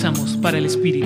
Bálsamos para el Espíritu.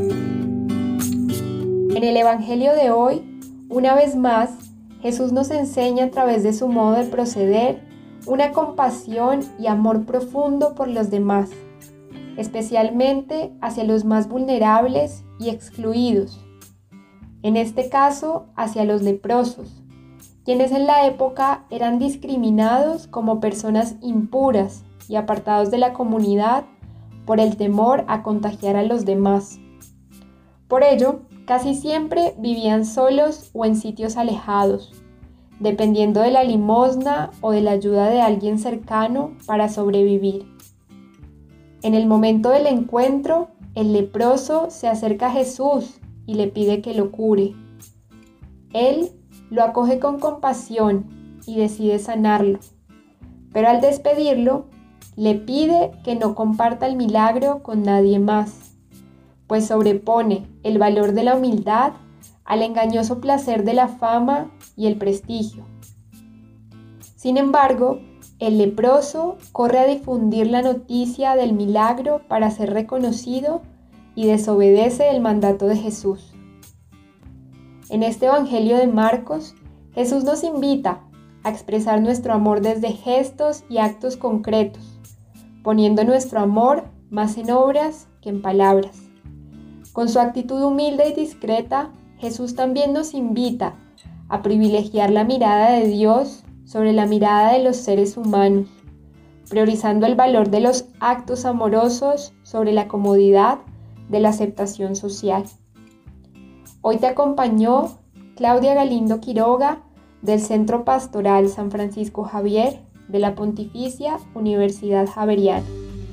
En el Evangelio de hoy, una vez más, Jesús nos enseña a través de su modo de proceder una compasión y amor profundo por los demás, especialmente hacia los más vulnerables y excluidos. En este caso, hacia los leprosos, quienes en la época eran discriminados como personas impuras y apartados de la comunidad por el temor a contagiar a los demás. Por ello, casi siempre vivían solos o en sitios alejados, dependiendo de la limosna o de la ayuda de alguien cercano para sobrevivir. En el momento del encuentro, el leproso se acerca a Jesús y le pide que lo cure. Él lo acoge con compasión y decide sanarlo, pero al despedirlo, le pide que no comparta el milagro con nadie más, pues sobrepone el valor de la humildad al engañoso placer de la fama y el prestigio. Sin embargo, el leproso corre a difundir la noticia del milagro para ser reconocido y desobedece el mandato de Jesús. En este Evangelio de Marcos, Jesús nos invita a expresar nuestro amor desde gestos y actos concretos, poniendo nuestro amor más en obras que en palabras. Con su actitud humilde y discreta, Jesús también nos invita a privilegiar la mirada de Dios sobre la mirada de los seres humanos, priorizando el valor de los actos amorosos sobre la comodidad de la aceptación social. Hoy te acompañó Claudia Galindo Quiroga del Centro Pastoral San Francisco Javier de la Pontificia Universidad Javeriana.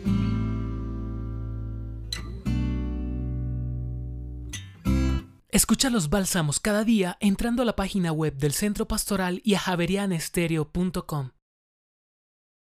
Escucha los bálsamos cada día entrando a la página web del Centro Pastoral y a javerianestereo.com.